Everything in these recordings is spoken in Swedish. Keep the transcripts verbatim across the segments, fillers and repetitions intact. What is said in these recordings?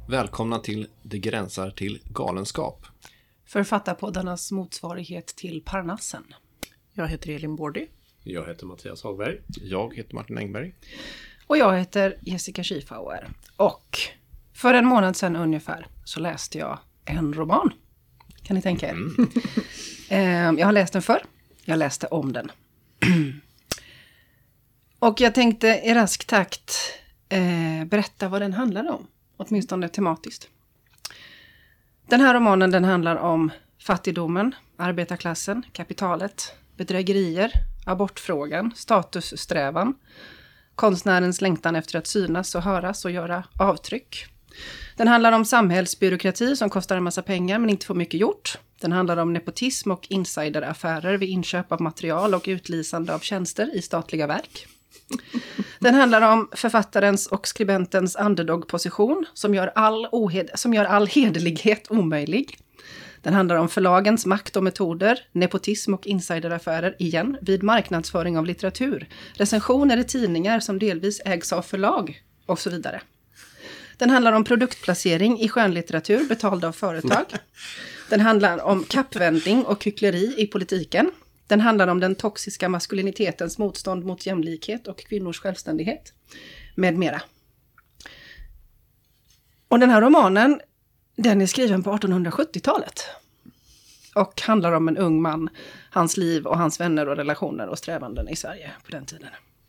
Välkomna till Det gränsar till galenskap. Författarpoddarnas motsvarighet till Parnassen. Jag heter Elin Bordi. Jag heter Mattias Hagberg. Jag heter Martin Engberg. Och jag heter Jessica Schiefauer. Och för en månad sedan ungefär så läste jag en roman. Kan ni tänka er? Mm. Jag har läst den förr. Jag läste om den. Och jag tänkte i rask takt eh, berätta vad den handlar om. Åtminstone tematiskt. Den här romanen den handlar om fattigdomen, arbetarklassen, kapitalet, bedrägerier, abortfrågan, statussträvan, konstnärens längtan efter att synas och höras och göra avtryck. Den handlar om samhällsbyråkrati som kostar en massa pengar men inte får mycket gjort. Den handlar om nepotism och insideraffärer vid inköp av material och utlysande av tjänster i statliga verk. Den handlar om författarens och skribentens underdog-position som gör all, ohed- som gör all hederlighet omöjlig. Den handlar om förlagens makt och metoder, nepotism och insideraffärer igen vid marknadsföring av litteratur, recensioner i tidningar som delvis ägs av förlag och så vidare. Den handlar om produktplacering i skönlitteratur betald av företag. Den handlar om kappvändning och hyckleri i politiken. Den handlar om den toxiska maskulinitetens motstånd mot jämlikhet och kvinnors självständighet. Med mera. Och den här romanen, den är skriven på artonhundrasjuttiotalet. Och handlar om en ung man, hans liv och hans vänner och relationer och strävanden i Sverige på den tiden.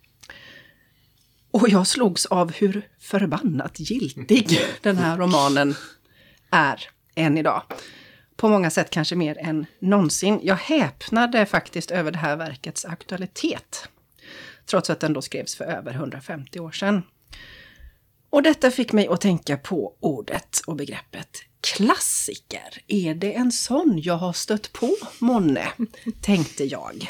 Och jag slogs av hur förbannat giltig den här romanen är än idag. På många sätt kanske mer än någonsin. Jag häpnade faktiskt över det här verkets aktualitet. Trots att den då skrevs för över hundrafemtio år sedan. Och detta fick mig att tänka på ordet och begreppet klassiker. Är det en sån jag har stött på, månne? Tänkte jag.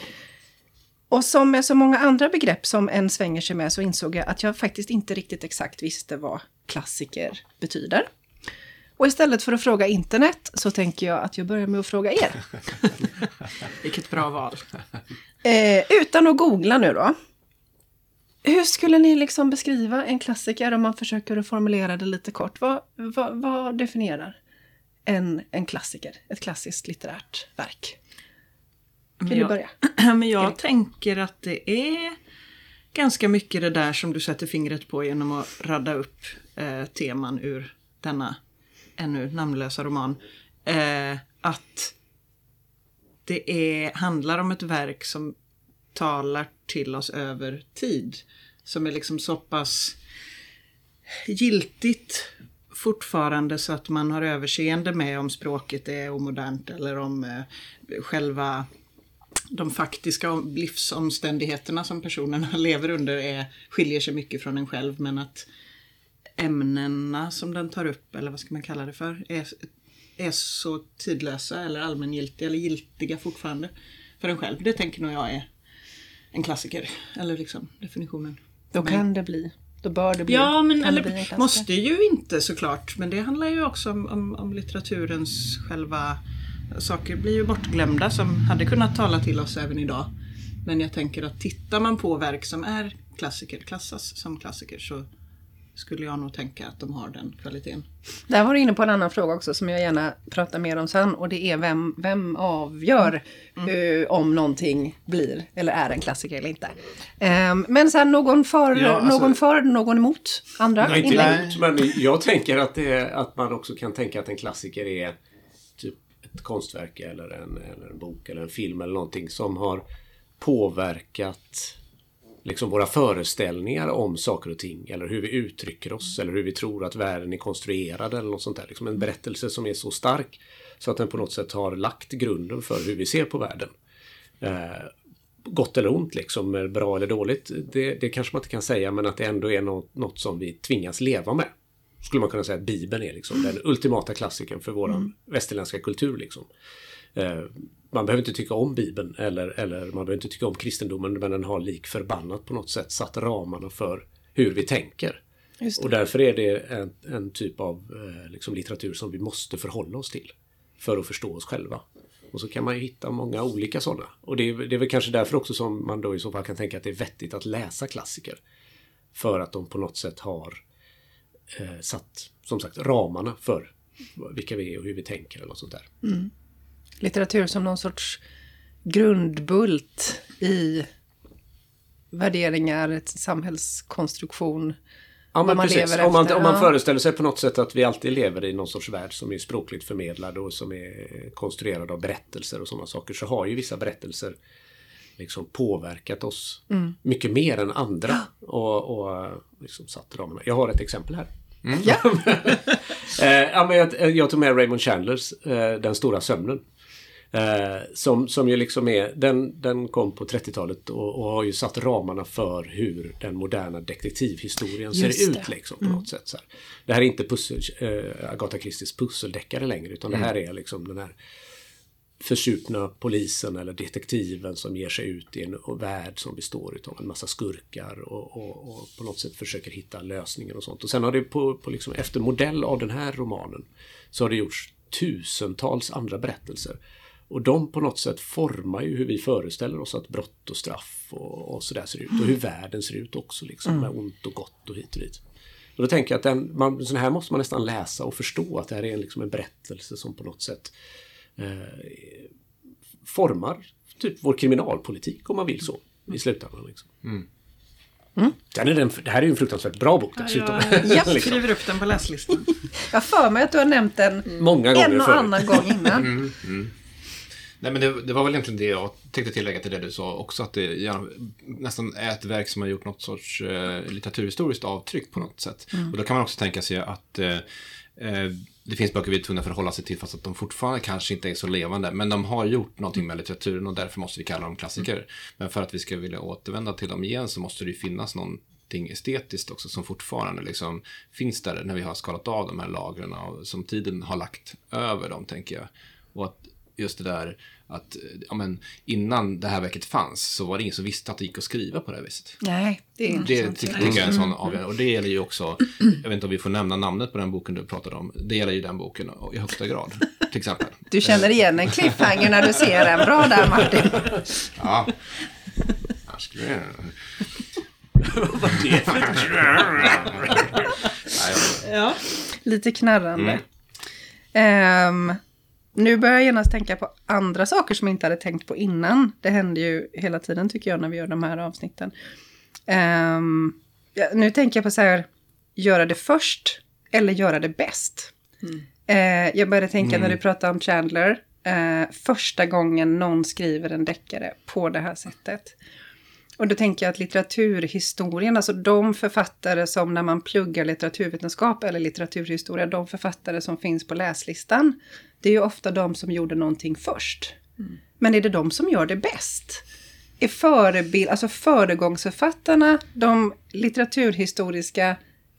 Och som med så många andra begrepp som en svänger sig med så insåg jag att jag faktiskt inte riktigt exakt visste vad klassiker betyder. Och istället för att fråga internet så tänker jag att jag börjar med att fråga er. Vilket bra val. Eh, utan att googla nu då. Hur skulle ni liksom beskriva en klassiker om man försöker att formulera det lite kort? Vad, vad, vad definierar en, en klassiker? Ett klassiskt litterärt verk? Vill men du jag, börja? Men jag Erik. tänker att det är ganska mycket det där som du sätter fingret på genom att radda upp eh, teman ur denna ännu namnlösa roman. Eh, att det är, handlar om ett verk som talar till oss över tid. Som är liksom så pass giltigt fortfarande så att man har överseende med om språket är omodernt eller om eh, själva de faktiska livsomständigheterna som personerna lever under är, skiljer sig mycket från en själv, men att ämnena som den tar upp, eller vad ska man kalla det för, är, är så tidlösa eller allmängiltiga eller giltiga fortfarande för en själv. Det tänker nog jag är en klassiker, eller liksom definitionen. Då kan men, det bli, då bör det bli. Ja, men eller, måste ju inte såklart, men det handlar ju också om, om, om litteraturens själva saker blir ju bortglömda som hade kunnat tala till oss även idag. Men jag tänker att tittar man på verk som är klassiker, klassas som klassiker, så skulle jag nog tänka att de har den kvaliteten. Där var du inne på en annan fråga också som jag gärna pratar mer om sen. Och det är vem, vem avgör mm. uh, om någonting blir eller är en klassiker eller inte. Um, men sen någon för, ja, alltså, någon för, någon emot andra. Nej, inte emot, men jag tänker att, det är, att man också kan tänka att en klassiker är typ ett konstverk eller en, eller en bok eller en film eller någonting som har påverkat liksom våra föreställningar om saker och ting, eller hur vi uttrycker oss, eller hur vi tror att världen är konstruerad eller något sånt där. Liksom en berättelse som är så stark så att den på något sätt har lagt grunden för hur vi ser på världen. Eh, gott eller ont, liksom, bra eller dåligt, det, det kanske man inte kan säga, men att det ändå är något, något som vi tvingas leva med. Skulle man kunna säga att Bibeln är liksom den ultimata klassikern för vår mm. västerländska kultur. Liksom. Eh, man behöver inte tycka om Bibeln eller, eller man behöver inte tycka om kristendomen, men den har lik förbannat på något sätt satt ramarna för hur vi tänker. Och därför är det en, en typ av eh, liksom litteratur som vi måste förhålla oss till för att förstå oss själva. Och så kan man ju hitta många olika sådana. Och det är, det är väl kanske därför också som man då i så fall kan tänka att det är vettigt att läsa klassiker. För att de på något sätt har eh, satt, som sagt, ramarna för vilka vi är och hur vi tänker eller något sånt där. Mm. Litteratur som någon sorts grundbult i värderingar, ett samhällskonstruktion. Ja, men man precis. lever Om man, efter. om man Ja. föreställer sig på något sätt att vi alltid lever i någon sorts värld som är språkligt förmedlad och som är konstruerad av berättelser och sådana saker, så har ju vissa berättelser liksom påverkat oss mm. mycket mer än andra och, och liksom satt ramarna. Jag har ett exempel här. Mm. Ja. eh, ja, men jag, jag tog med Raymond Chandlers eh, Den stora sömnen. Eh, som, som ju liksom är, den, den kom på trettiotalet och, och har ju satt ramarna för hur den moderna detektivhistorien ser Just ut det. liksom, på Mm. något sätt. Så här. Det här är inte pussel, eh, Agatha Christies pusseldeckare längre, utan Mm. det här är liksom den här försupna polisen eller detektiven som ger sig ut i en värld som består av en massa skurkar och, och, och på något sätt försöker hitta lösningar och sånt. Och sen har det på, på liksom, efter modell av den här romanen så har det gjorts tusentals andra berättelser. Och de på något sätt formar ju hur vi föreställer oss att brott och straff och, och sådär ser ut. Och hur världen ser ut också, liksom, med ont och gott och hit och dit. Och då tänker jag att den, man, så här måste man nästan läsa och förstå att det här är en, liksom en berättelse som på något sätt eh, formar typ vår kriminalpolitik, om man vill så, i slutändan. Liksom. Mm. Mm. Sen är den, det här är ju en fruktansvärt bra bok dessutom. Jag liksom. skriver upp den på läslistan. Jag för mig att du har nämnt den Många gånger en och förut. annan gång innan. Mm, mm. Nej, men det, det var väl egentligen det jag tänkte tillägga till det du sa också, att det gärna, nästan är ett verk som har gjort något sorts eh, litteraturhistoriskt avtryck på något sätt. Mm. Och då kan man också tänka sig att eh, eh, det finns böcker vi är tvungna förhålla sig till fast att de fortfarande kanske inte är så levande, men de har gjort någonting med litteraturen och därför måste vi kalla dem klassiker. Mm. Men för att vi ska vilja återvända till dem igen så måste det ju finnas någonting estetiskt också som fortfarande liksom finns där när vi har skalat av de här lagren och som tiden har lagt över dem, tänker jag. Och att just det där att ja, men, innan det här verket fanns så var det ingen som visste att det gick att skriva på det här viset. Nej, det är Det intressant. tycker jag är en sån avgörande. Och det gäller ju också, jag vet inte om vi får nämna namnet på den boken du pratade om. Det gäller ju den boken i högsta grad, till exempel. Du känner igen en cliffhanger när du ser den. Bra där, Martin. Ja. Jag skulle... Vad var det för Ja. Lite knarrande. Mm. Um, nu börjar jag genast tänka på andra saker som jag inte hade tänkt på innan. Det händer ju hela tiden, tycker jag, när vi gör de här avsnitten. Um, ja, nu tänker jag på så här, göra det först eller göra det bäst. Mm. Uh, jag började tänka mm. när du pratade om Chandler. Uh, första gången någon skriver en deckare på det här sättet. Och då tänker jag att litteraturhistorien, alltså de författare som när man pluggar litteraturvetenskap eller litteraturhistoria, de författare som finns på läslistan, det är ju ofta de som gjorde någonting först. Mm. Men är det de som gör det bäst? Är förebild, alltså föregångsförfattarna, de litteraturhistoriska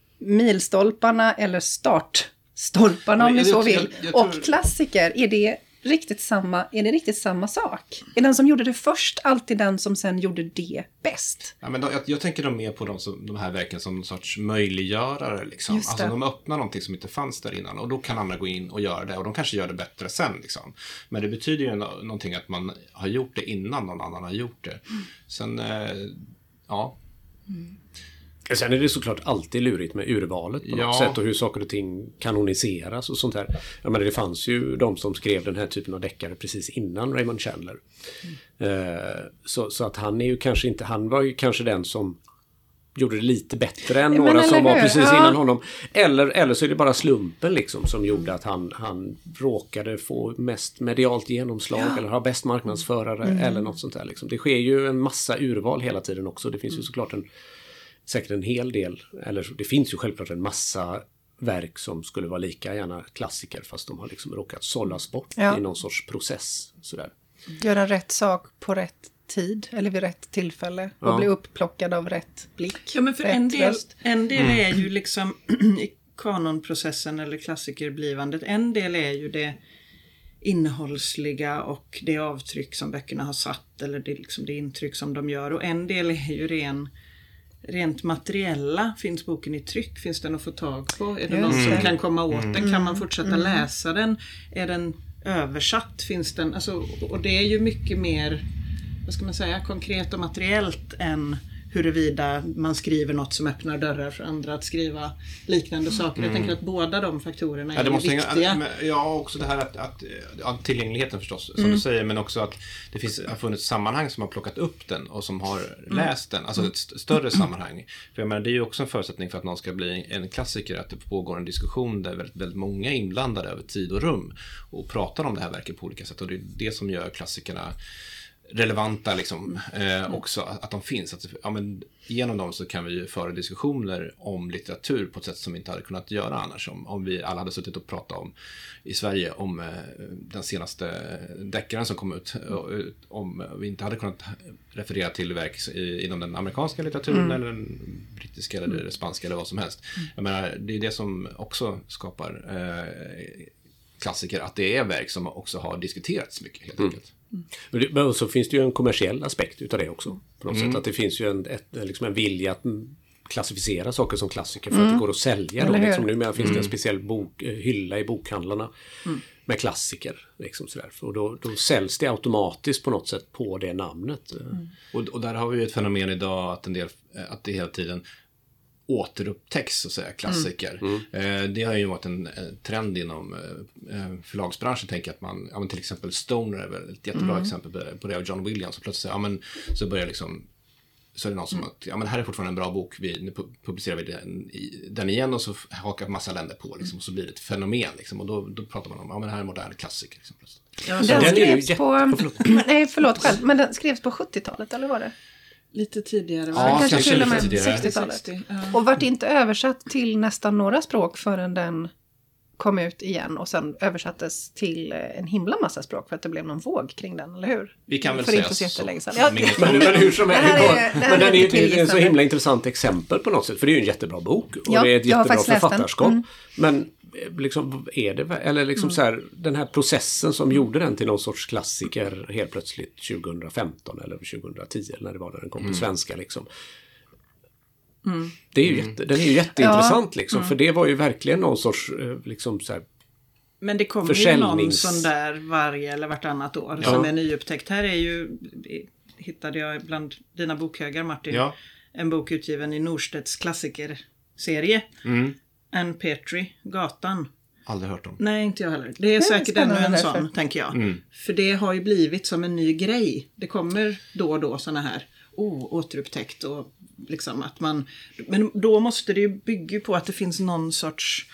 milstolparna eller startstolparna om ni så vill, jag, jag, jag tror... och klassiker, är det riktigt samma, är det riktigt samma sak? Är den som gjorde det först alltid den som sen gjorde det bäst? Ja, men då, jag, jag tänker de mer på de, som, de här verken som en sorts möjliggörare. Liksom. Alltså de öppnar någonting som inte fanns där innan och då kan andra gå in och göra det och de kanske gör det bättre sen. Liksom. Men det betyder ju no- någonting att man har gjort det innan någon annan har gjort det. Mm. Sen, eh, ja... Mm. Sen är det såklart alltid lurigt med urvalet på ja. något sätt och hur saker och ting kanoniseras och sånt här. Jag menar, det fanns ju de som skrev den här typen av deckare precis innan Raymond Chandler. Mm. Uh, så, så att han är ju kanske inte, han var ju kanske den som gjorde det lite bättre än några men, som var precis ja. innan honom. Eller, eller så är det bara slumpen liksom som gjorde mm. att han, han råkade få mest medialt genomslag ja. eller ha bäst marknadsförare mm. eller något sånt där. Liksom. Det sker ju en massa urval hela tiden också. Det finns mm. ju såklart en säkert en hel del, eller det finns ju självklart en massa verk som skulle vara lika gärna klassiker fast de har liksom råkat sållas bort ja. i någon sorts process. Sådär. Göra rätt sak på rätt tid eller vid rätt tillfälle och ja. bli upplockad av rätt blick. Ja, men för en del, en del mm. är ju liksom i kanonprocessen eller klassikerblivandet, en del är ju det innehållsliga och det avtryck som böckerna har satt eller det, liksom det intryck som de gör, och en del är ju ren rent materiella. Finns boken i tryck? Finns den att få tag på? Är det någon mm. som kan komma åt mm. den? Kan man fortsätta mm. läsa den? Är den översatt? Finns den? Alltså, och det är ju mycket mer, vad ska man säga, konkret och materiellt än huruvida man skriver något som öppnar dörrar för andra att skriva liknande saker. Mm. Jag tänker att båda de faktorerna är ja, det måste viktiga. Hänga, ja, också det här att, att, att tillgängligheten förstås, som mm. du säger, men också att det finns, har funnits sammanhang som har plockat upp den och som har mm. läst den. Alltså ett st- större sammanhang. För jag menar, det är ju också en förutsättning för att någon ska bli en klassiker, att det pågår en diskussion där väldigt, väldigt många är inblandade över tid och rum och pratar om det här verket på olika sätt. Och det är det som gör klassikerna relevanta liksom, eh, också, att, att de finns. Att, ja, men, genom dem så kan vi ju föra diskussioner om litteratur på ett sätt som vi inte hade kunnat göra annars. Om, om vi alla hade suttit och pratat om i Sverige om eh, den senaste deckaren som kom ut. Och, om vi inte hade kunnat referera till verk i, inom den amerikanska litteraturen mm. eller den brittiska eller mm. spanska eller vad som helst. Mm. Jag menar, det är det som också skapar eh, klassiker, att det är verk som också har diskuterats mycket helt mm. enkelt. Mm. Men så finns det ju en kommersiell aspekt utav det också. På något mm. sätt att det finns ju en, ett, liksom en vilja att klassificera saker som klassiker för mm. att det går att sälja. Då, liksom. Numera finns det en speciell bok, hylla i bokhandlarna mm. med klassiker. Liksom sådär. Och då, då säljs det automatiskt på något sätt på det namnet. Mm. Och, och där har vi ju ett fenomen idag att, en del, att det hela tiden återupptäcks så att säga, klassiker. Mm. Mm. Eh, det har ju varit en eh, trend inom eh, förlagsbranschen, tänker att man, ja, men till exempel Stoner är väl ett jättebra mm. exempel på det av John Williams, och plötsligt ja, men, så börjar liksom så är det någon som mm. att, ja men här är fortfarande en bra bok, vi, nu publicerar vi den, i, den igen och så hakar massa länder på liksom, och så blir det ett fenomen liksom, och då, då pratar man om, ja men här är en modern klassiker liksom, ja, den, den skrevs jätte... på, förlåt. nej förlåt själv, men den skrevs på sjuttiotalet eller var det? Lite tidigare. Ja, kanske, kanske till och med sextiotalet. sextio, ja. Och vart inte översatt till nästan några språk förrän den kom ut igen. Och sen översattes till en himla massa språk för att det blev någon våg kring den, eller hur? Vi kan väl för säga så. så. Ja. Men, men hur som helst. Men den är, är en så himla intressant exempel på något sätt. För det är ju en jättebra bok. Och ja, det är ett jättebra författarskap. Mm. Men liksom är det, eller liksom mm. så här, den här processen som gjorde den till någon sorts klassiker helt plötsligt tjugohundrafemton eller tjugohundratio eller när det var när den kom mm. på svenska liksom. Mm. Det är ju mm. jätte, den är ju jätteintressant ja. liksom, mm. för det var ju verkligen någon sorts liksom så här, men det kommer försäljnings... ju någon sån där varje eller vartannat år ja. som är nyupptäckt. Här är ju, hittade jag bland dina bokhögar, Martin, ja. en bok utgiven i Norstedts klassikerserie. Mm. Anne Petrie, Gatan. Aldrig hört om. Nej, inte jag heller. Det är det säkert ännu en sån, därför. tänker jag. Mm. För det har ju blivit som en ny grej. Det kommer då och då såna här oh, återupptäckt och liksom att man... Men då måste det ju bygga på att det finns någon sorts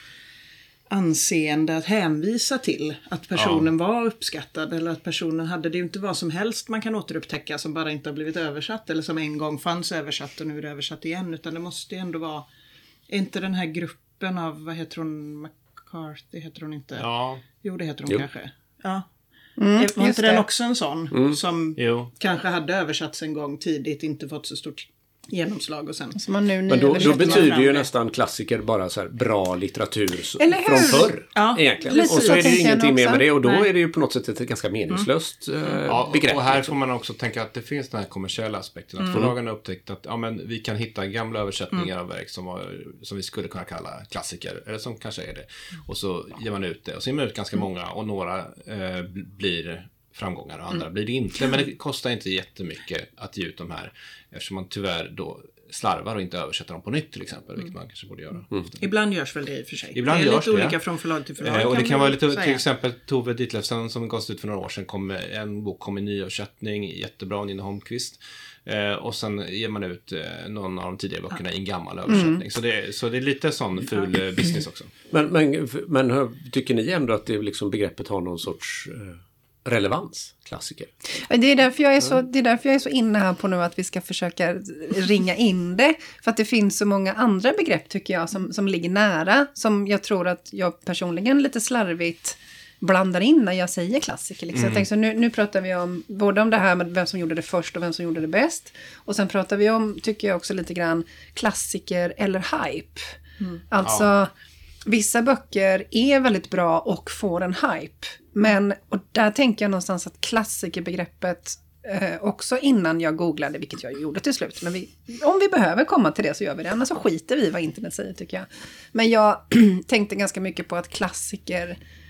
anseende att hänvisa till. Att personen ja. var uppskattad eller att personen hade det ju inte vad som helst man kan återupptäcka som bara inte har blivit översatt eller som en gång fanns översatt och nu är det översatt igen. Utan det måste ju ändå vara... Är inte den här gruppen av, vad heter hon, McCarthy heter hon inte? Ja. Jo, det heter hon jo. kanske. Ja. Mm, var inte den också en sån mm. som jo. kanske hade översatts en gång tidigt, inte fått så stort genomslag och sen. Som man nu, men då, då betyder ju nästan klassiker bara så här bra litteratur från förr ja. egentligen. Och så är det ju ingenting mer med det och då Nej. är det ju på något sätt ett ganska meningslöst mm. äh, ja, begrepp. Och här får man också tänka att det finns den här kommersiella aspekten. Att mm. förlagen har upptäckt att ja, men vi kan hitta gamla översättningar mm. av verk som, var, som vi skulle kunna kalla klassiker. Eller som kanske är det. Och så ger man ut det. Och så ger man ut ganska mm. många och några eh, blir framgångar och andra mm. blir det inte. Men det kostar inte jättemycket att ge ut de här. Eftersom man tyvärr då slarvar och inte översätter dem på nytt till exempel. Vilket man kanske borde göra. Mm. Ibland görs väl det i och för sig. Ibland det är görs lite det. olika från förlag till förlag. Eh, och det kan, kan vara lite, säga. till exempel Tove Ditlevsen som gavs ut för några år sedan. Kom, en bok kom i nyöversättning. Jättebra, Nina Holmqvist. Eh, och sen ger man ut eh, någon av de tidigare böckerna ja. i en gammal översättning. Mm. Så, det, så det är lite sån ful mm. business också. Men, men, men tycker ni ändå att det liksom begreppet har någon sorts... Eh... relevans, klassiker. Det är, därför jag är så, det är därför jag är så inne här på nu att vi ska försöka ringa in det. För att det finns så många andra begrepp tycker jag som, som ligger nära. Som jag tror att jag personligen lite slarvigt blandar in när jag säger klassiker. Liksom. Mm. Jag tänker så nu, nu pratar vi om både om det här med vem som gjorde det först och vem som gjorde det bäst. Och sen pratar vi om, tycker jag också lite grann, klassiker eller hype. Mm. Alltså... Ja. Vissa böcker är väldigt bra och får en hype. Men, och där tänker jag någonstans att klassikerbegreppet eh, också innan jag googlade, vilket jag gjorde till slut. Men vi, om vi behöver komma till det så gör vi det. Annars så skiter vi vad internet säger tycker jag. Men jag tänkte ganska mycket på att klassiker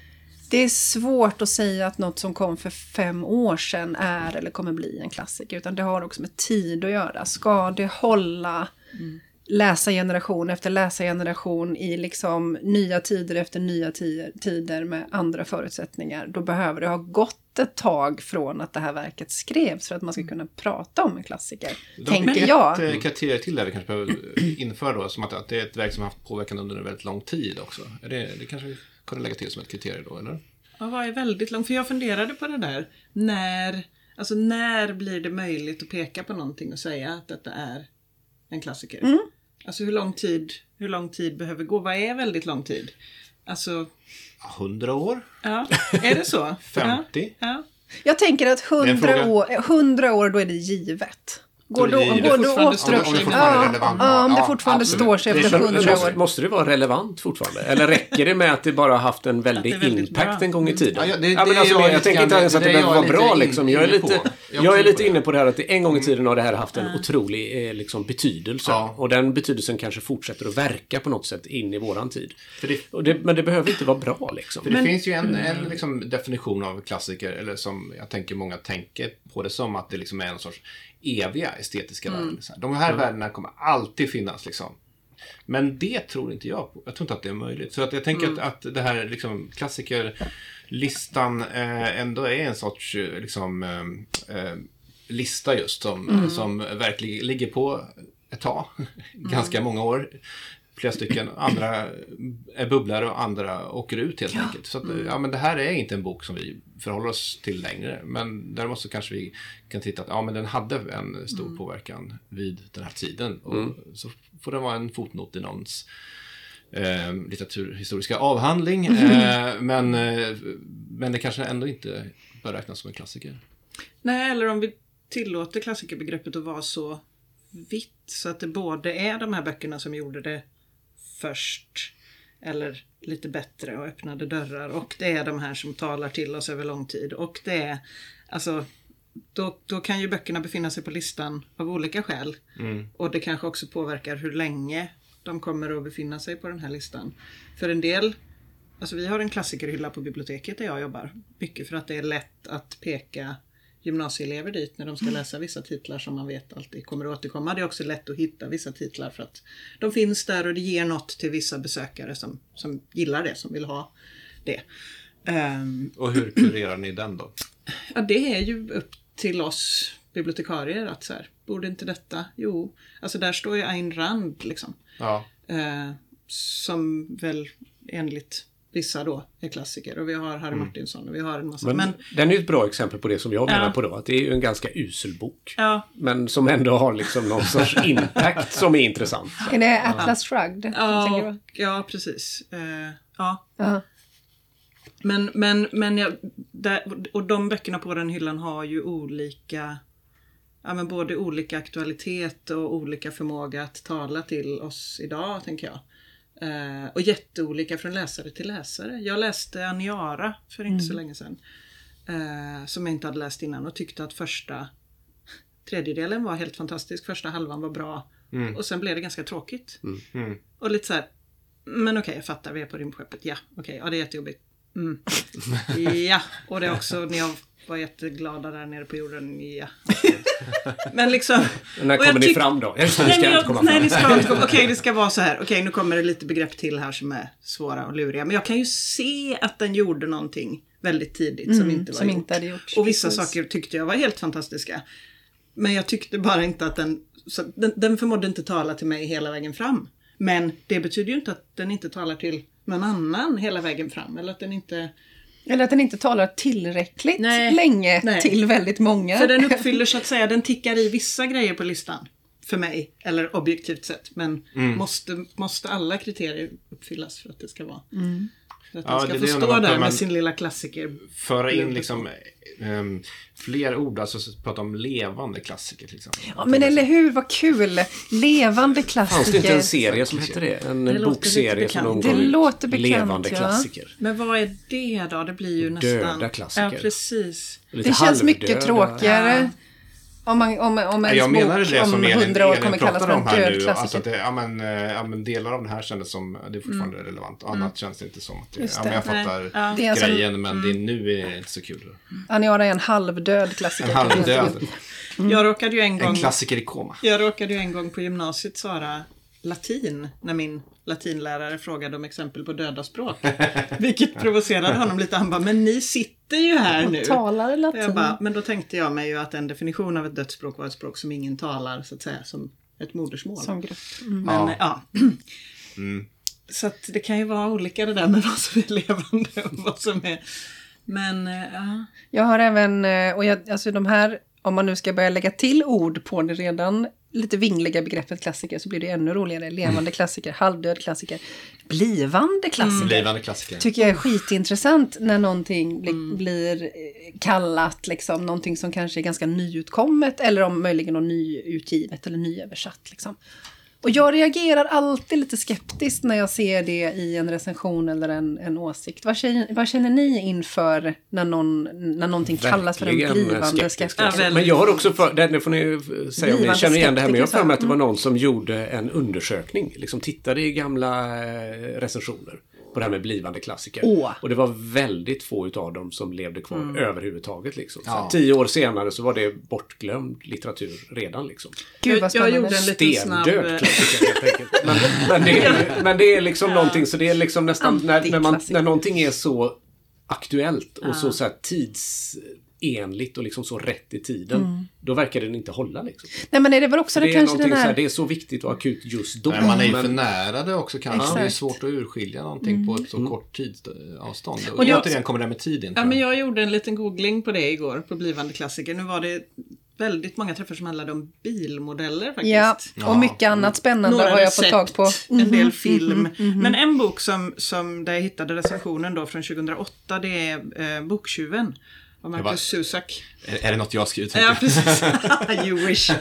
Det är svårt att säga att något som kom för fem år sedan är eller kommer bli en klassiker. Utan det har också med tid att göra. Ska det hålla mm. läsargeneration efter läsargeneration i liksom nya tider efter nya tider med andra förutsättningar. Då behöver det ha gått ett tag från att det här verket skrevs för att man ska kunna prata om en klassiker. De tänker jag. Ett kriterier till där vi kanske behöver införa då, som att, att det är ett verk som har haft påverkan under en väldigt lång tid också. Är det, det kanske vi kunde lägga till som ett kriterium då, eller? Ja, vad är väldigt långt? För jag funderade på det där. När, alltså när blir det möjligt att peka på någonting och säga att detta är en klassiker? Mm. Alltså hur lång tid, hur lång tid behöver gå? Vad är väldigt lång tid? Alltså... Hundra år? Ja, är det så? femtio? Ja. Ja. Jag tänker att hundra år, hundra år då är det givet. Går då, då, går då åter... Om det fortfarande ja, är relevant. ja, om det Ja, fortfarande absolut. står sig efter hundra år. Måste det vara relevant fortfarande? Eller räcker det med att det bara har haft en väldig väldigt impact bra. en gång i tiden? Ja, ja, det- ja, men det alltså, är jag jag tänker lite inte ens att det grann- behöver det är vara jag bra lite liksom. in- Jag är inne lite, på. Jag jag är tror lite på det. inne på det här att det en gång i tiden har det här haft en otrolig eh, liksom, betydelse. Ja. Och den betydelsen kanske fortsätter att verka på något sätt in i våran tid. För det, Och det, men det behöver inte vara bra liksom. För det finns ju en, en liksom definition av klassiker, eller som jag tänker många tänker på det som att det liksom är en sorts eviga estetiska Mm. värden. Så här. De här mm. värdena kommer alltid finnas liksom. Men det tror inte jag på. Jag tror inte att det är möjligt. Så att jag tänker mm. att, att det här liksom, klassikerlistan eh, ändå är en sorts liksom, eh, lista just som, mm. som verkligen ligger på ett tag. Ganska mm. många år. Flera stycken. Andra är bubblare och andra åker ut helt ja. enkelt. Så att, ja, men det här är inte en bok som vi förhåller oss till längre. Men däremot så kanske vi kan titta att ja, men den hade en stor mm. påverkan vid den här tiden. Och mm. så får det vara en fotnot i någons eh, litteraturhistoriska avhandling. Mm. Eh, men, eh, men det kanske ändå inte bör räknas som en klassiker. Nej, eller om vi tillåter klassikerbegreppet att vara så vitt så att det både är de här böckerna som gjorde det först eller lite bättre och öppnade dörrar, och det är de här som talar till oss över lång tid, och det är alltså då, då kan ju böckerna befinna sig på listan av olika skäl mm. och det kanske också påverkar hur länge de kommer att befinna sig på den här listan. För en del, alltså vi har en klassikerhylla på biblioteket där jag jobbar, mycket för att det är lätt att peka gymnasieelever dit när de ska läsa vissa titlar som man vet alltid kommer att återkomma. Det är också lätt att hitta vissa titlar för att de finns där och det ger något till vissa besökare som, som gillar det, som vill ha det. Um, och hur kurerar ni den då? Ja, det är ju upp till oss bibliotekarier att så här, borde inte detta? Jo, alltså där står ju Ayn Rand liksom. Ja. Uh, som väl enligt vissa då är klassiker, och vi har Harry mm. Martinson och vi har en massa. Men, men den är ju ett bra exempel på det som jag menar ja. på då, att det är ju en ganska usel bok. Ja. Men som ändå har liksom någon sorts impact som är intressant. Är det Atlas Shrugged? Ja, ja precis. Uh, ja. Uh-huh. Men, men, men jag, där, och de böckerna på den hyllan har ju olika, ja men både olika aktualitet och olika förmåga att tala till oss idag, tänker jag. Uh, och jätteolika från läsare till läsare. Jag läste Aniara för inte mm. så länge sedan. Uh, som jag inte hade läst innan och tyckte att första tredjedelen var helt fantastisk. Första halvan var bra. Mm. Och sen blev det ganska tråkigt. Mm. Mm. Och lite så här, men okej, okay, jag fattar, vi är på rymdskeppet. Ja, okej, okay, ja det är jättejobbigt. Mm. Ja, och det är också, när jag var jätteglada där nere på jorden. Ja. Men liksom... När kommer ni tyck- fram då? Jag ska nej, inte jag, komma nej, fram. ni ska inte komma. Okej, det ska vara så här. Okej, nu kommer det lite begrepp till här som är svåra och luriga. Men jag kan ju se att den gjorde någonting väldigt tidigt mm, som inte var som gjort. Inte hade gjort. Och vissa precis. saker tyckte jag var helt fantastiska. Men jag tyckte bara inte att den... Så den, den förmådde inte tala till mig hela vägen fram. Men det betyder ju inte att den inte talar till någon annan hela vägen fram. Eller att den inte... Eller att den inte talar tillräckligt nej, länge nej. till väldigt många. För den uppfyller så att säga, den tickar i vissa grejer på listan. För mig, eller objektivt sett. Men mm. måste, måste alla kriterier uppfyllas för att det ska vara... Mm. För att ja, den ska det få det stå där med man sin lilla klassiker. Föra in liksom um, fler ord, alltså prata om levande klassiker till exempel. Ja, men eller hur, vad kul. Levande klassiker. Fanns det inte en serie som heter det? En det bokserie som någon det låter bekant, levande ja. klassiker. Men vad är det då? Det blir ju nästan... Döda klassiker. Ja, precis. Det känns mycket tråkigare. Ja. Om, man, om, om ens jag menar bok det som om Elin, hundra år Elin kommer kallas för en pratar om här död nu. klassiker. Alltså att det, ja, men, ja, men delar av det här kändes som, det är fortfarande mm. relevant. Och annat mm. känns det inte som att det, Just ja, men jag det. fattar ja. det är grejen, som, men mm. det, nu är det inte så kul. Aniara är en halvdöd klassiker. En halvdöd. Mm. Jag råkade ju en gång... En klassiker i koma. Jag råkade ju en gång på gymnasiet svara latin när min latinlärare frågade om exempel på döda språk. Vilket provocerade honom lite. Han bara, men ni sitter ju här och nu. Talar latin. Jag bara, men då tänkte jag mig ju att en definition av ett dödsspråk var ett språk som ingen talar, så att säga, som ett modersmål. Som grupp. Mm. Men, ja. ja. Mm. Så att det kan ju vara olika det där med vad som är levande och vad som är... Men, ja. Jag har även, och jag, alltså de här, om man nu ska börja lägga till ord på det redan lite vingliga begreppet klassiker, så blir det ännu roligare. Levande mm. klassiker, halvdöd klassiker, blivande klassiker. Mm. Blivande klassiker. Tycker jag är skitintressant när någonting bli, mm. blir kallat liksom, någonting som kanske är ganska nyutkommet eller om möjligen något nyutgivet eller nyöversatt liksom. Och jag reagerar alltid lite skeptiskt när jag ser det i en recension eller en, en åsikt. Vad känner, vad känner ni inför när, någon, när någonting kallas för en blivande skeptiker? Ja, men jag har också, för, det får ni säga om ni känner igen det här, men jag har för mig att det var någon som gjorde en undersökning. Liksom tittade i gamla recensioner på det här med blivande klassiker. Åh. Och det var väldigt få utav dem som levde kvar mm. överhuvudtaget. Liksom. Så ja. Tio år senare så var det bortglömd litteratur redan. Liksom. Gud vad spännande. Jag gjorde en liten snabb... Stendöd klassiker helt enkelt. Men, men, det är, men det är liksom ja. någonting, så det är liksom nästan när, när, man, när någonting är så aktuellt och ja. så, så här tidsenligt och liksom så rätt i tiden, mm. då verkar den inte hålla liksom. Nej, men är det väl också det, det kanske den här... så här, det är så viktigt och akut just då. Nej, man är ju men... för nära det också kanske. Exakt. Det är svårt att urskilja någonting mm. på ett så mm. kort tidsavstånd. Och, och jag... återigen kommer det med tiden. Ja, men jag gjorde en liten googling på det igår, på blivande klassiker. Nu var det väldigt många träffar som handlade om bilmodeller faktiskt. Ja, och mycket annat spännande Några har jag fått tag på. Mm-hmm. En del film. Mm-hmm. Mm-hmm. Men en bok som, som där jag hittade recensionen då från tjugohundraåtta, det är eh, Boktjuven. Och Marcus bara, Zusak. Är, är det något jag har skrivit? Ja, precis. You wish.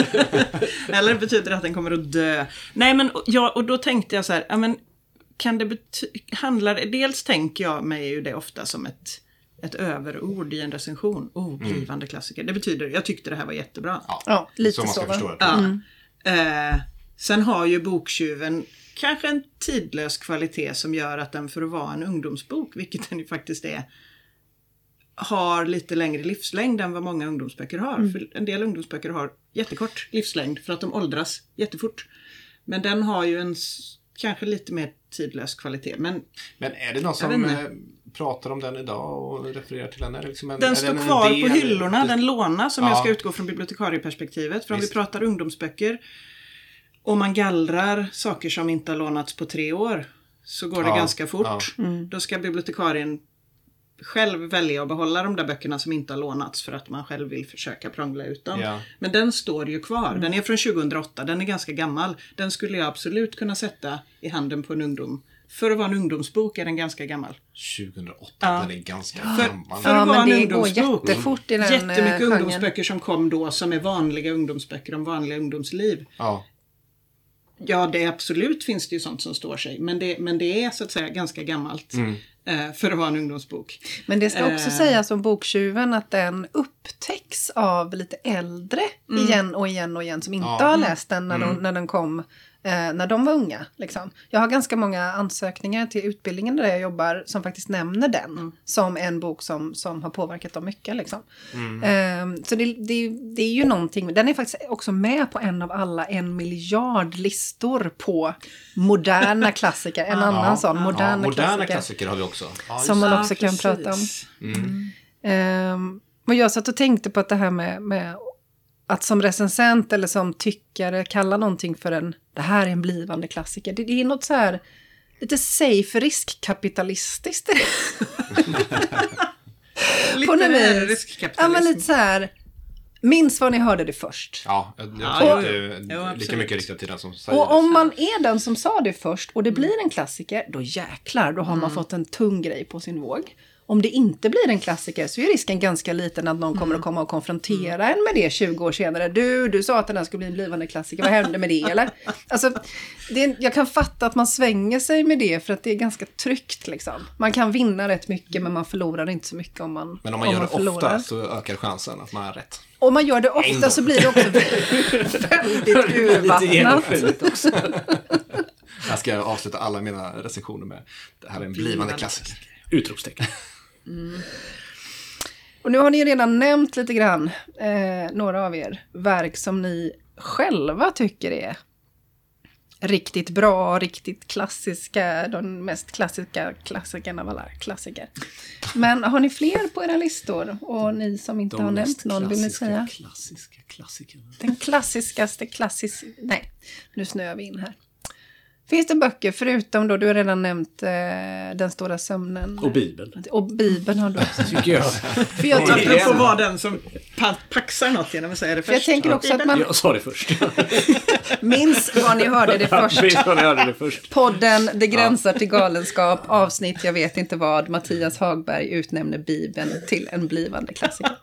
Eller betyder det att den kommer att dö? Nej, men ja, och då tänkte jag så här, ja, men kan det bety- handlar dels tänker jag mig ju det ofta som ett ett överord i en recension. Oh, blivande mm. klassiker. Det betyder, jag tyckte det här var jättebra. Ja, ja lite så. Man ska så förstå det. Ja. Mm. Eh, sen har ju Boktjuven kanske en tidlös kvalitet som gör att den för att vara en ungdomsbok, vilket den ju faktiskt är, har lite längre livslängd än vad många ungdomsböcker har. Mm. För en del ungdomsböcker har jättekort livslängd för att de åldras jättefort. Men den har ju en kanske lite mer tidlös kvalitet. Men, men är det någon som pratar om den idag och refererar till den? Är det liksom en, den är står den kvar del, på hyllorna, det... den lånas som ja. jag ska utgå från bibliotekarieperspektivet. För om Visst. vi pratar ungdomsböcker och man gallrar saker som inte har lånats på tre år, så går det ja. ganska fort. Ja. Mm. Då ska bibliotekarien själv välja att behålla de där böckerna som inte har lånats för att man själv vill försöka prångla ut dem. Ja. Men den står ju kvar. Mm. Den är från tjugohundraåtta. Den är ganska gammal. Den skulle jag absolut kunna sätta i handen på en ungdom. För att vara en ungdomsbok är den ganska gammal. tjugohundraåtta, ja. den är ganska för, gammal. För att ja, vara en det ungdomsbok. Går jättefort i den Jättemycket genren. ungdomsböcker som kom då som är vanliga ungdomsböcker om vanliga ungdomsliv. Ja. Ja, det är absolut finns det ju sånt som står sig. Men det, men det är så att säga ganska gammalt. Mm. För att vara en ungdomsbok. Men det ska också uh, sägas om Boktjuven att den upptäcks av lite äldre mm. igen och igen och igen som inte ja. har läst den när, mm. de, när den kom eh, när de var unga. Liksom. Jag har ganska många ansökningar till utbildningen där jag jobbar som faktiskt nämner den mm. som en bok som, som har påverkat dem mycket. Liksom. Mm. Eh, så det, det, det är ju någonting, den är faktiskt också med på en av alla en miljard listor på moderna klassiker. En annan ja. sån, moderna, ja, moderna klassiker. klassiker har vi också. Ja, som man också ja, kan prata om. Mm. Mm. Och jag satt och tänkte på att det här med, med att som recensent eller som tyckare kalla någonting för en, det här är en blivande klassiker. Det, det är något så här lite safe riskkapitalistiskt. Lite riskkapitalism. Ja, men lite så här, minns vad ni hörde det först. Ja, jag, jag ja, tror jo, att det är jo, lika mycket riktat till den som säger och det. om man är den som sa det först och det blir en klassiker, då jäklar, då har man mm. fått en tung grej på sin våg. om det inte blir en klassiker så är risken ganska liten att någon kommer att komma och konfrontera en med det tjugo år senare. Du, du sa att den här skulle bli en blivande klassiker. Vad hände med det, eller? Alltså, det är, jag kan fatta att man svänger sig med det för att det är ganska tryggt. Liksom. Man kan vinna rätt mycket men man förlorar inte så mycket om man Men om man om gör man det förlorar. ofta så ökar chansen att man har rätt. Om man gör det ofta så blir det också väldigt urvattnat. också. Jag ska avsluta alla mina recensioner med det här är en blivande klassiker. Utropstecken. Mm. Och nu har ni redan nämnt lite grann, eh, några av er, verk som ni själva tycker är riktigt bra, riktigt klassiska, de mest klassiska klassikerna av alla klassiker. Men har ni fler på era listor? Och ni som inte de har nämnt någon, vill ni säga? Klassiska klassikerna. Den klassiskaste klassisk... Nej, nu snöar vi in här. Finns det böcker förutom då, du har redan nämnt eh, Den stora sömnen. Och Bibeln. Och Bibeln har du också. Tycker jag. För jag, Jag tycker, får vara den som pa- paxar något genom att säga det för jag först. tänker också att man Jag sa det först. minns vad ni hörde det först. Minns vad ni hörde det först. Podden Det gränsar till galenskap, avsnitt jag vet inte vad, Mattias Hagberg utnämner Bibeln till en blivande klassiker.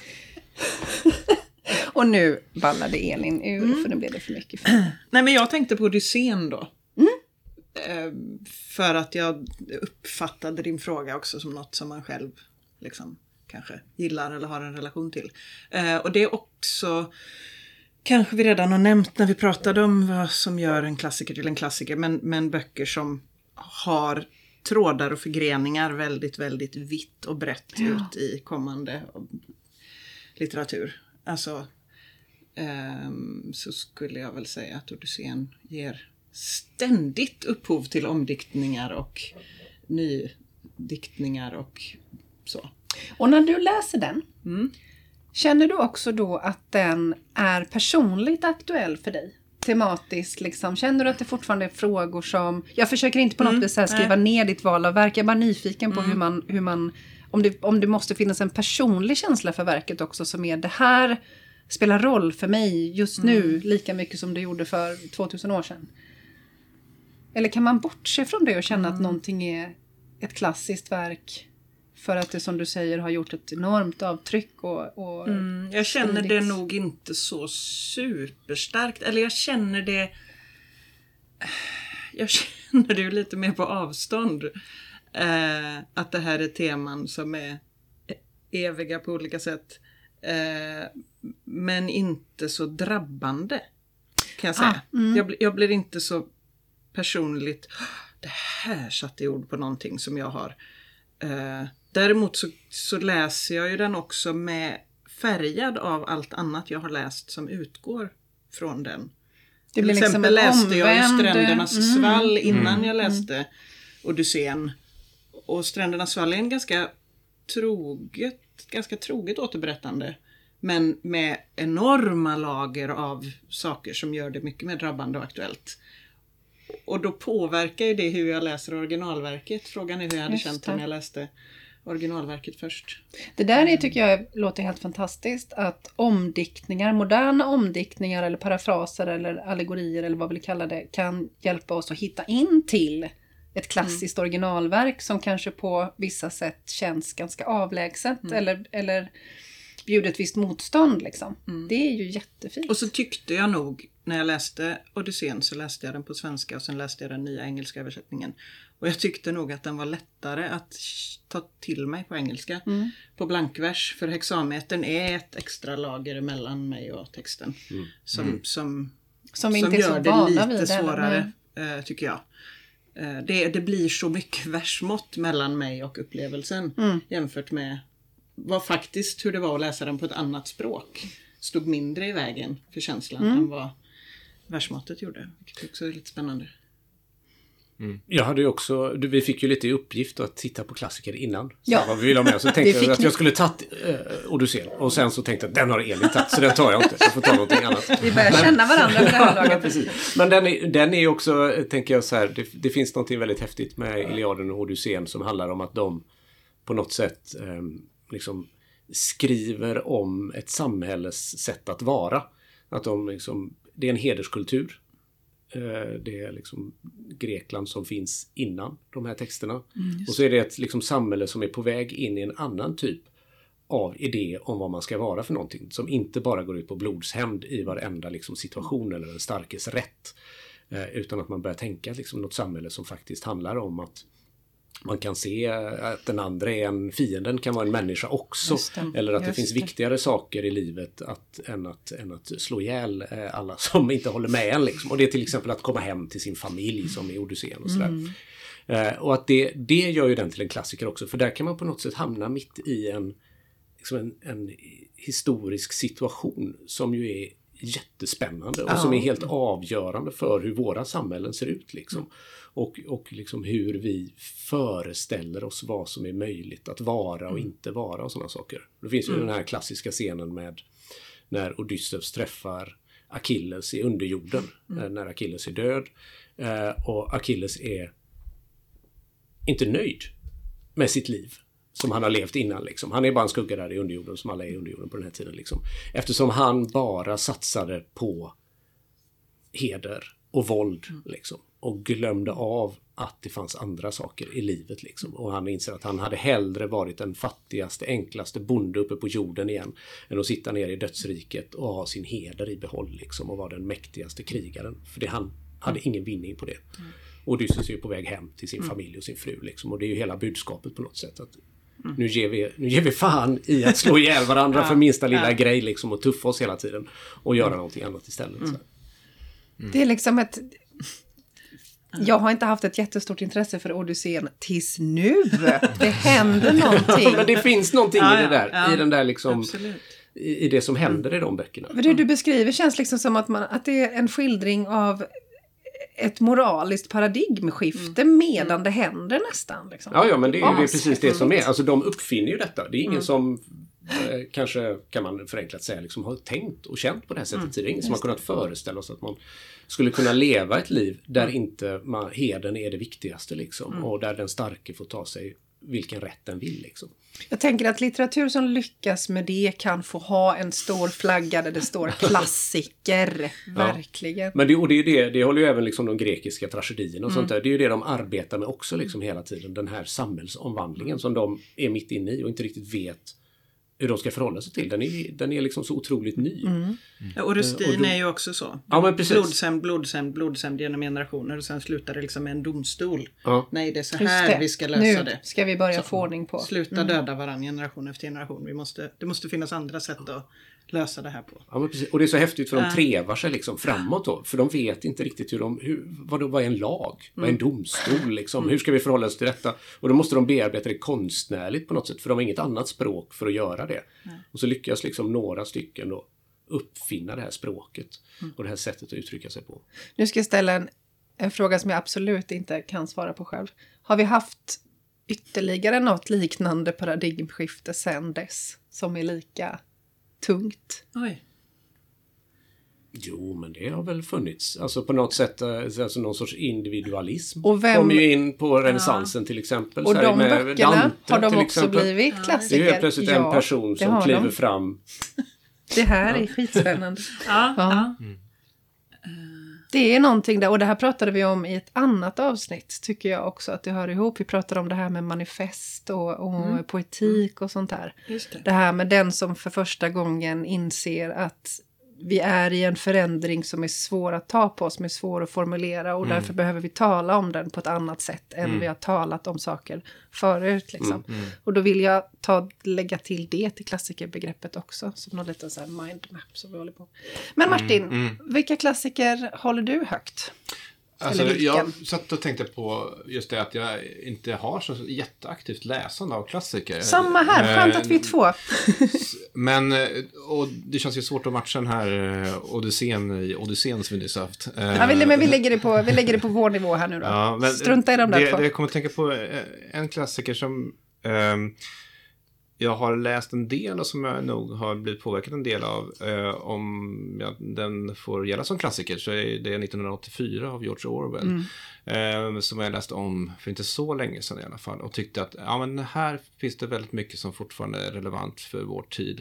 Och nu ballade Elin ur mm. för nu blev det för mycket. För. Nej, men jag tänkte på Odysseen då. Mm. Eh, för att jag uppfattade din fråga också som något som man själv liksom kanske gillar eller har en relation till. Eh, och det är också, kanske vi redan har nämnt när vi pratade om vad som gör en klassiker till en klassiker, men, men böcker som har trådar och förgreningar väldigt, väldigt vitt och brett ja. ut i kommande litteratur. Alltså, um, så skulle jag väl säga att Odysseen ger ständigt upphov till omdiktningar och nydiktningar och så. Och när du läser den, mm. känner du också då att den är personligt aktuell för dig? Tematiskt liksom. Känner du att det fortfarande är frågor som... Jag försöker inte på något mm. vis här skriva Nej. ner ditt val av verk. Jag är bara nyfiken på mm. hur man... Hur man om, det, om det måste finnas en personlig känsla för verket också som är det här spelar roll för mig just nu mm. lika mycket som det gjorde för tvåtusen år sedan. Eller kan man bortse från det och känna mm. att någonting är ett klassiskt verk för att det som du säger har gjort ett enormt avtryck och... och mm, jag känner ständigt. det nog inte så superstarkt. Eller jag känner det... Jag känner det ju lite mer på avstånd. Eh, att det här är teman som är eviga på olika sätt. Eh, men inte så drabbande. Kan jag säga. Ah, mm. jag, jag blir inte så personligt... Det här satte i ord på någonting som jag har... Eh, Däremot så, så läser jag ju den också med färgad av allt annat jag har läst som utgår från den. Det Till blir exempel liksom läste omvänd... jag ju Strändernas mm. svall innan mm. jag läste Odysseen. Och Strändernas svall är en ganska troget, ganska troget återberättande. Men med enorma lager av saker som gör det mycket mer drabbande och aktuellt. Och då påverkar ju det hur jag läser originalverket. Frågan är hur jag hade känt det när jag läste originalverket först. Det där är, tycker jag låter helt fantastiskt. Att omdiktningar, moderna omdiktningar eller parafraser eller allegorier eller vad vi vill kalla det kan hjälpa oss att hitta in till ett klassiskt mm. originalverk som kanske på vissa sätt känns ganska avlägset mm. eller, eller bjuder ett visst motstånd liksom. Mm. Det är ju jättefint. Och så tyckte jag nog när jag läste Odysseen så läste jag den på svenska och sen läste jag den nya engelska översättningen. Och jag tyckte nog att den var lättare att ta till mig på engelska. Mm. På blankvers. För hexametern är ett extra lager mellan mig och texten. Mm. Som, mm. som, som, som inte gör är så det lite svårare äh, tycker jag. Äh, det, det blir så mycket versmått mellan mig och upplevelsen. Mm. Jämfört med vad faktiskt hur det var att läsa den på ett annat språk. Stod mindre i vägen för känslan mm. än vad versmåttet gjorde. Vilket också är lite spännande. Mm. Jag hade ju också, vi fick ju lite i uppgift att titta på klassiker innan. Så ja. Vad vi ville ha med. Så tänkte jag att jag skulle ta äh, Odysseen. Och sen så tänkte jag att den har Elin tagit. Så den tar jag inte. Jag får ta någonting annat. Vi börjar men, känna varandra med det här laget. Precis. Men den är, den är också, tänker jag så här. Det, det finns någonting väldigt häftigt med Iliaden och Odysseen. Som handlar om att de på något sätt eh, liksom skriver om ett samhälles sätt att vara. Att de liksom, det är en hederskultur. Det är liksom Grekland som finns innan de här texterna. Mm, och så är det ett liksom samhälle som är på väg in i en annan typ av idé om vad man ska vara för någonting. Som inte bara går ut på blodshämnd i varenda liksom situation eller en starkes rätt. Eh, utan att man börjar tänka liksom något samhälle som faktiskt handlar om att man kan se att den andra är en fienden, kan vara en människa också. Eller att det finns det. viktigare saker i livet att, än, att, än att slå ihjäl alla som inte håller med en. Liksom. Och det är till exempel att komma hem till sin familj som i Odysseen och sådär. Mm. Eh, och att det, det gör ju den till en klassiker också. För där kan man på något sätt hamna mitt i en, liksom en, en historisk situation som ju är jättespännande och som är helt avgörande för hur våra samhällen ser ut liksom. Och, och liksom hur vi föreställer oss vad som är möjligt att vara och inte vara och sådana saker. Det finns ju mm. den här klassiska scenen med när Odysseus träffar Achilles i underjorden, mm. när Achilles är död eh, och Achilles är inte nöjd med sitt liv som han har levt innan. Liksom. Han är bara en skugga där i underjorden som alla är i underjorden på den här tiden. Liksom. Eftersom han bara satsade på heder och våld. Mm. Liksom, och glömde av att det fanns andra saker i livet. Liksom. Och han inser att han hade hellre varit den fattigaste, enklaste bonde uppe på jorden igen. Än att sitta ner i dödsriket och ha sin heder i behåll. Liksom, och vara den mäktigaste krigaren. För det, han hade ingen vinning på det. Mm. Och Odysseus är ju på väg hem till sin mm. familj och sin fru. Liksom. Och det är ju hela budskapet på något sätt. Att Mm. Nu, ger vi, nu ger vi fan i att slå ihjäl varandra ja, för minsta lilla ja. grej liksom, och tuffa oss hela tiden och göra mm. någonting annat istället. Mm. Mm. Det är liksom ett... Jag har inte haft ett jättestort intresse för Odysseen tills nu. Det händer någonting. Men det finns någonting ja, i det där. Ja, I den där liksom... I, I det som händer mm. i de böckerna. Det du beskriver känns liksom som att, man, att det är en skildring av ett moraliskt paradigmskifte mm. medan det händer nästan. Liksom. Ja, ja, men det är ju det är precis det som är. Alltså de uppfinner ju detta. Det är ingen mm. som, eh, kanske kan man förenklat säga, liksom, har tänkt och känt på det här sättet. Mm. Det är ingen som har kunnat föreställa sig att man skulle kunna leva ett liv där mm. inte man, heden är det viktigaste. Liksom, mm. och där den starke får ta sig vilken rätt den vill. Liksom. Jag tänker att litteratur som lyckas med det kan få ha en stor flagga där det står klassiker. Ja. Verkligen. Men det, och det, är det, det håller ju även liksom de grekiska tragedierna och mm. sånt där. Det är ju det de arbetar med också liksom hela tiden. Den här samhällsomvandlingen som de är mitt inne i och inte riktigt vet hur de ska förhålla sig till. Den är, den är liksom så otroligt ny. Mm. Mm. Ja, och Rustin och då, är ju också så. Ja, men precis. Blodsämnd, blodsämnd, blodsämnd genom generationer och sen slutar det liksom med en domstol. Ja. Nej, det är så här vi ska lösa nu det. Nu ska vi börja så, få ordning på. Sluta mm. döda varann generation efter generation. Vi måste, det måste finnas andra sätt att lösa det här på. Ja, men precis. Och det är så häftigt för de trevar sig liksom framåt då. För de vet inte riktigt hur de, hur, vad, vad är en lag? Mm. Vad är en domstol liksom? Mm. Hur ska vi förhålla oss till detta? Och då måste de bearbeta det konstnärligt på något sätt. För de har inget annat språk för att göra det. Mm. Och så lyckas liksom några stycken då uppfinna det här språket. Mm. Och det här sättet att uttrycka sig på. Nu ska jag ställa en, en fråga som jag absolut inte kan svara på själv. Har vi haft ytterligare något liknande paradigmskifte sedan dess? Som är lika tungt? Oj. Jo, men det har väl funnits. Alltså på något sätt, alltså någon sorts individualism. Och vem... kom ju in på renässansen ja. till exempel. Och de med böckerna Dante, har de också exempel. blivit klassiker. Det är ju plötsligt ja, en person som kliver de. fram. Det här är skitspännande. ja, ja. Mm. Det är någonting där, och det här pratade vi om i ett annat avsnitt, tycker jag också att det hör ihop. Vi pratade om det här med manifest och, och mm. poetik och sånt där. Just det. Det här med den som för första gången inser att vi är i en förändring som är svår att ta på, som är svår att formulera, och mm. därför behöver vi tala om den på ett annat sätt än mm. vi har talat om saker förut. Liksom. Mm. Mm. Och då vill jag ta, lägga till det till klassikerbegreppet också, som någon liten så här mindmap som vi håller på. Men Martin, mm. Mm. vilka klassiker håller du högt? Alltså, jag satt och tänkte på just det att jag inte har så jätteaktivt läsande av klassiker. Samma här, skönt att vi är två. Men, och det känns ju svårt att matcha den här Odysseen i Odysseen som vi nyss haft. Ja, men vi lägger det på, vi lägger det på vår nivå här nu då. Ja, men strunta i de där det, två. Det, jag kommer att tänka på en klassiker som... Um, jag har läst en del och som jag nog har blivit påverkad en del av. Eh, om ja, den får gälla som klassiker så är det nittonhundraåttiofyra av George Orwell. Mm. Eh, som jag läste om för inte så länge sedan i alla fall. Och tyckte att ja, men här finns det väldigt mycket som fortfarande är relevant för vår tid.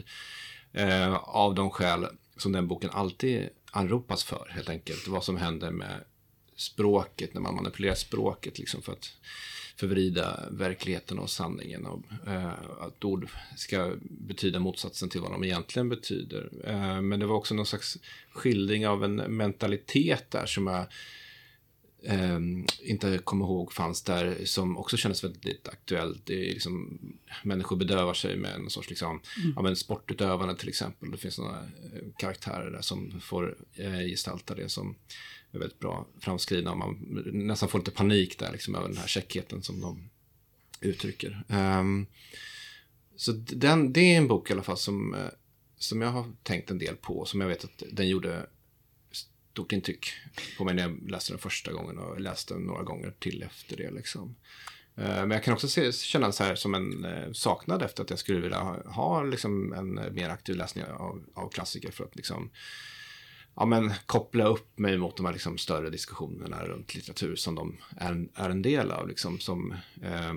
Eh, av de skäl som den boken alltid anropas för helt enkelt. Vad som händer med språket, när man manipulerar språket liksom för att förvrida verkligheten och sanningen. Och, eh, att ord ska betyda motsatsen till vad de egentligen betyder. Eh, men det var också någon slags skildring av en mentalitet där som jag eh, inte kommer ihåg fanns där, som också kändes väldigt aktuellt. Det är liksom, människor bedövar sig med en sorts liksom, mm. ja, men sportutövande till exempel. Det finns några karaktärer där som får eh, gestalta det som är väldigt bra framskrivna. Man nästan får lite panik där liksom, över den här käckheten som de uttrycker. Um, så den, det är en bok i alla fall som, som jag har tänkt en del på, som jag vet att den gjorde stort intryck på mig när jag läste den första gången och läste den några gånger till efter det. Liksom. Uh, men jag kan också se, känna så här som en uh, saknad efter att jag skulle vilja ha, ha liksom en mer aktiv läsning av, av klassiker för att liksom ja, men koppla upp mig mot de här liksom större diskussionerna runt litteratur som de är, är en del av. Liksom, som eh,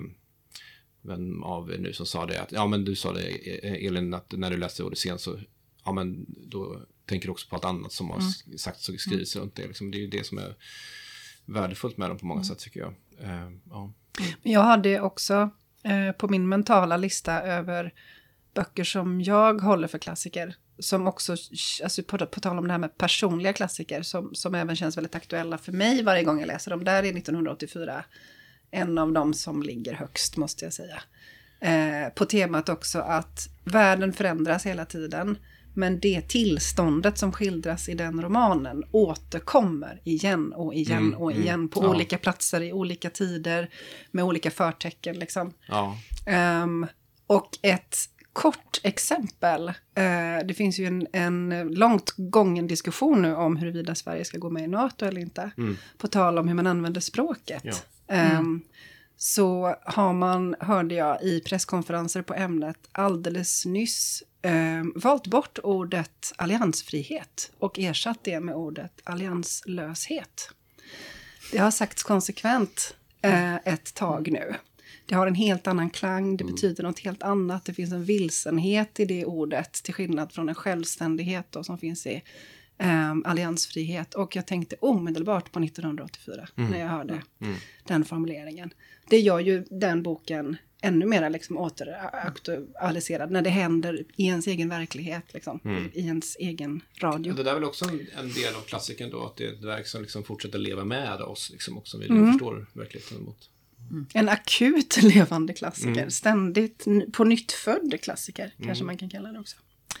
vem av er nu som sa det, att ja men du sa det Elin, att när du läste Odysseen så ja men då tänker du också på allt annat som har mm. sagts och skrivits mm. runt det. Liksom, det är ju det som är värdefullt med dem på många mm. sätt tycker jag. Eh, ja. Jag hade också eh, på min mentala lista över böcker som jag håller för klassiker. Som också, alltså på, på tal om det här med personliga klassiker som, som även känns väldigt aktuella för mig varje gång jag läser dem. Där är nittonhundraåttiofyra en av dem som ligger högst, måste jag säga. Eh, på temat också att världen förändras hela tiden. Men det tillståndet som skildras i den romanen återkommer igen och igen mm, och igen mm, på ja. olika platser i olika tider med olika förtecken. Liksom. Ja. Um, och ett kort exempel. Uh, det finns ju en, en långt gången diskussion nu om huruvida Sverige ska gå med i NATO eller inte. Mm. På tal om hur man använder språket. Ja. Mm. Um, så har man, hörde jag i presskonferenser på ämnet alldeles nyss eh, valt bort ordet alliansfrihet och ersatt det med ordet allianslöshet. Det har sagts konsekvent eh, ett tag nu. Det har en helt annan klang, det betyder något helt annat. Det finns en vilsenhet i det ordet till skillnad från en självständighet då, som finns i eh, alliansfrihet. Och jag tänkte omedelbart på nittonhundraåttiofyra mm. när jag hörde mm. den formuleringen. Det gör ju den boken ännu mer liksom återaktualiserad när det händer i ens egen verklighet, liksom, mm. i ens egen radio. Det där är väl också en, en del av klassiken då, att det är ett verk som liksom fortsätter leva med oss, liksom, också vi mm. förstår verkligheten mot. Mm. En akut levande klassiker, mm. ständigt på nytt född klassiker, mm. kanske man kan kalla det också.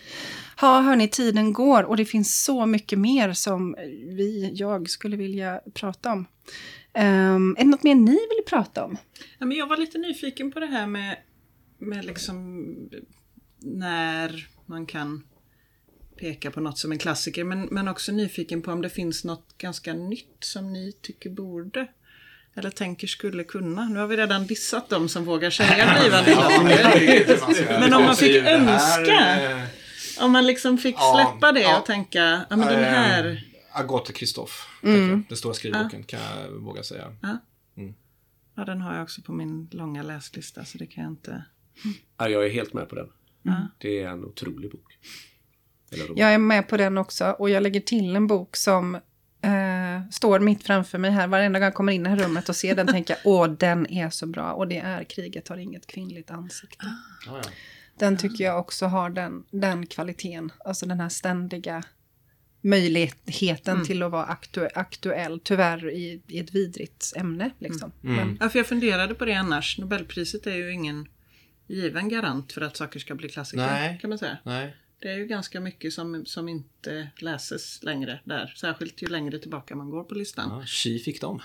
Ja, hörni, tiden går och det finns så mycket mer som vi, jag skulle vilja prata om. Um, är det något mer ni vill prata om? Ja, men jag var lite nyfiken på det här med, med liksom när man kan peka på något som en klassiker. Men, men också nyfiken på om det finns något ganska nytt som ni tycker borde eller tänker skulle kunna. Nu har vi redan dissat dem som vågar säga blivande klassiker. Men om man fick önska, om man liksom fick släppa det och tänka, ja men den här... Agathe Christophe, mm. den stora skrivboken, ja. kan jag våga säga. Ja. Mm. Ja, den har jag också på min långa läslista, så det kan jag inte... Ja, jag är helt med på den. Mm. Det är en otrolig bok. Jag är med på den också, och jag lägger till en bok som eh, står mitt framför mig här. Varenda gång jag kommer in i rummet och ser den tänker jag, åh, den är så bra. Och det är Kriget har inget kvinnligt ansikte. Ah. Ah, ja. Den tycker jag också har den, den kvaliteten, alltså den här ständiga möjligheten mm. till att vara aktu- aktuell, tyvärr i, i ett vidrigt ämne. Liksom. Mm. Men, ja, för jag funderade på det annars. Nobelpriset är ju ingen given garant för att saker ska bli klassiker, Nej. kan man säga. Nej. Det är ju ganska mycket som, som inte läses längre där. Särskilt ju längre tillbaka man går på listan. Ja, Xi fick dem.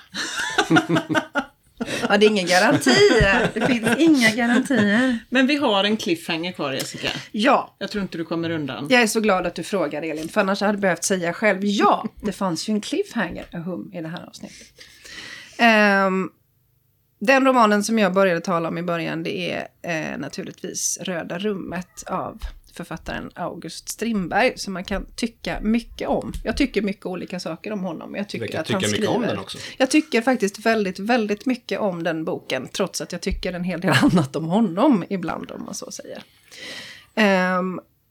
Ja, det är ingen garanti. Det finns inga garantier. Men vi har en cliffhanger kvar, Jessica. Ja. Jag tror inte du kommer undan. Jag är så glad att du frågar, Elin. För annars hade jag behövt säga själv. Ja, det fanns ju en cliffhanger hum, i det här avsnittet. Um, den romanen som jag började tala om i början, det är eh, naturligtvis Röda rummet av författaren August Strindberg, som man kan tycka mycket om. Jag tycker mycket olika saker om honom. Jag tycker jag att tycker han mycket skriver. Om den också. Jag tycker faktiskt väldigt, väldigt mycket om den boken, trots att jag tycker en hel del annat om honom ibland, om man så säger. Um,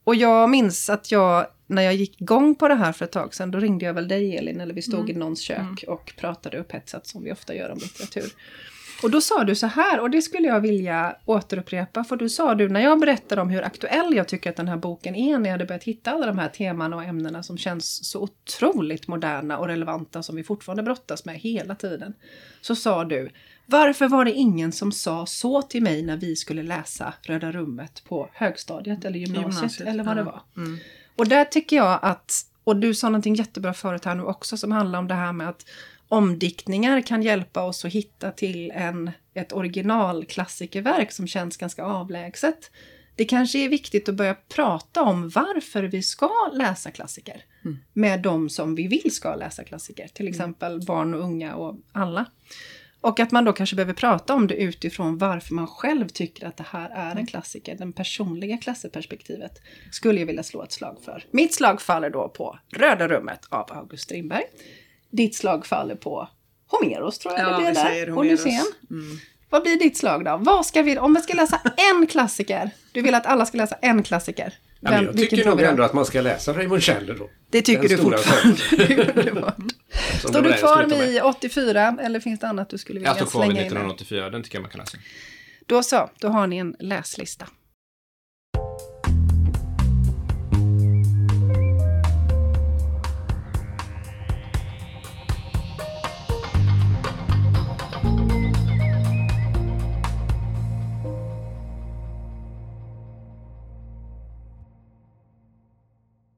Och jag minns att jag, när jag gick igång på det här för ett tag sedan, då ringde jag väl dig Elin, eller vi stod mm. i någons kök mm. och pratade upphetsat som vi ofta gör om litteratur. Och då sa du så här, och det skulle jag vilja återupprepa, för du sa du, när jag berättade om hur aktuell jag tycker att den här boken är, när jag hade börjat hitta alla de här teman och ämnena som känns så otroligt moderna och relevanta som vi fortfarande brottas med hela tiden, så sa du, varför var det ingen som sa så till mig när vi skulle läsa Röda rummet på högstadiet eller gymnasiet, gymnasiet eller vad ja. det var. Mm. Och där tycker jag att, och du sa någonting jättebra förut här nu också som handlar om det här med att omdiktningar kan hjälpa oss att hitta till en, ett originalklassikerverk som känns ganska avlägset. Det kanske är viktigt att börja prata om varför vi ska läsa klassiker. Mm. Med de som vi vill ska läsa klassiker. Till exempel mm. barn och unga och alla. Och att man då kanske behöver prata om det utifrån varför man själv tycker att det här är en klassiker. Den personliga klasseperspektivet skulle jag vilja slå ett slag för. Mitt slag faller då på Röda rummet av August Strindberg. Ditt slag faller på Homeros, tror jag ja, det blir där. Odysseen. Mm. Vad blir ditt slag då? Vad ska vi, om vi ska läsa en klassiker. Du vill att alla ska läsa en klassiker. Ja, men jag tycker nog ändå att man ska läsa Raymond Chandler då. Det tycker du fortfarande. Står du kvar med åttiofyra eller finns det annat du skulle vilja slänga in? Jag står kvar med nittonhundraåttiofyra, den tycker jag man kan läsa. Då så, då har ni en läslista.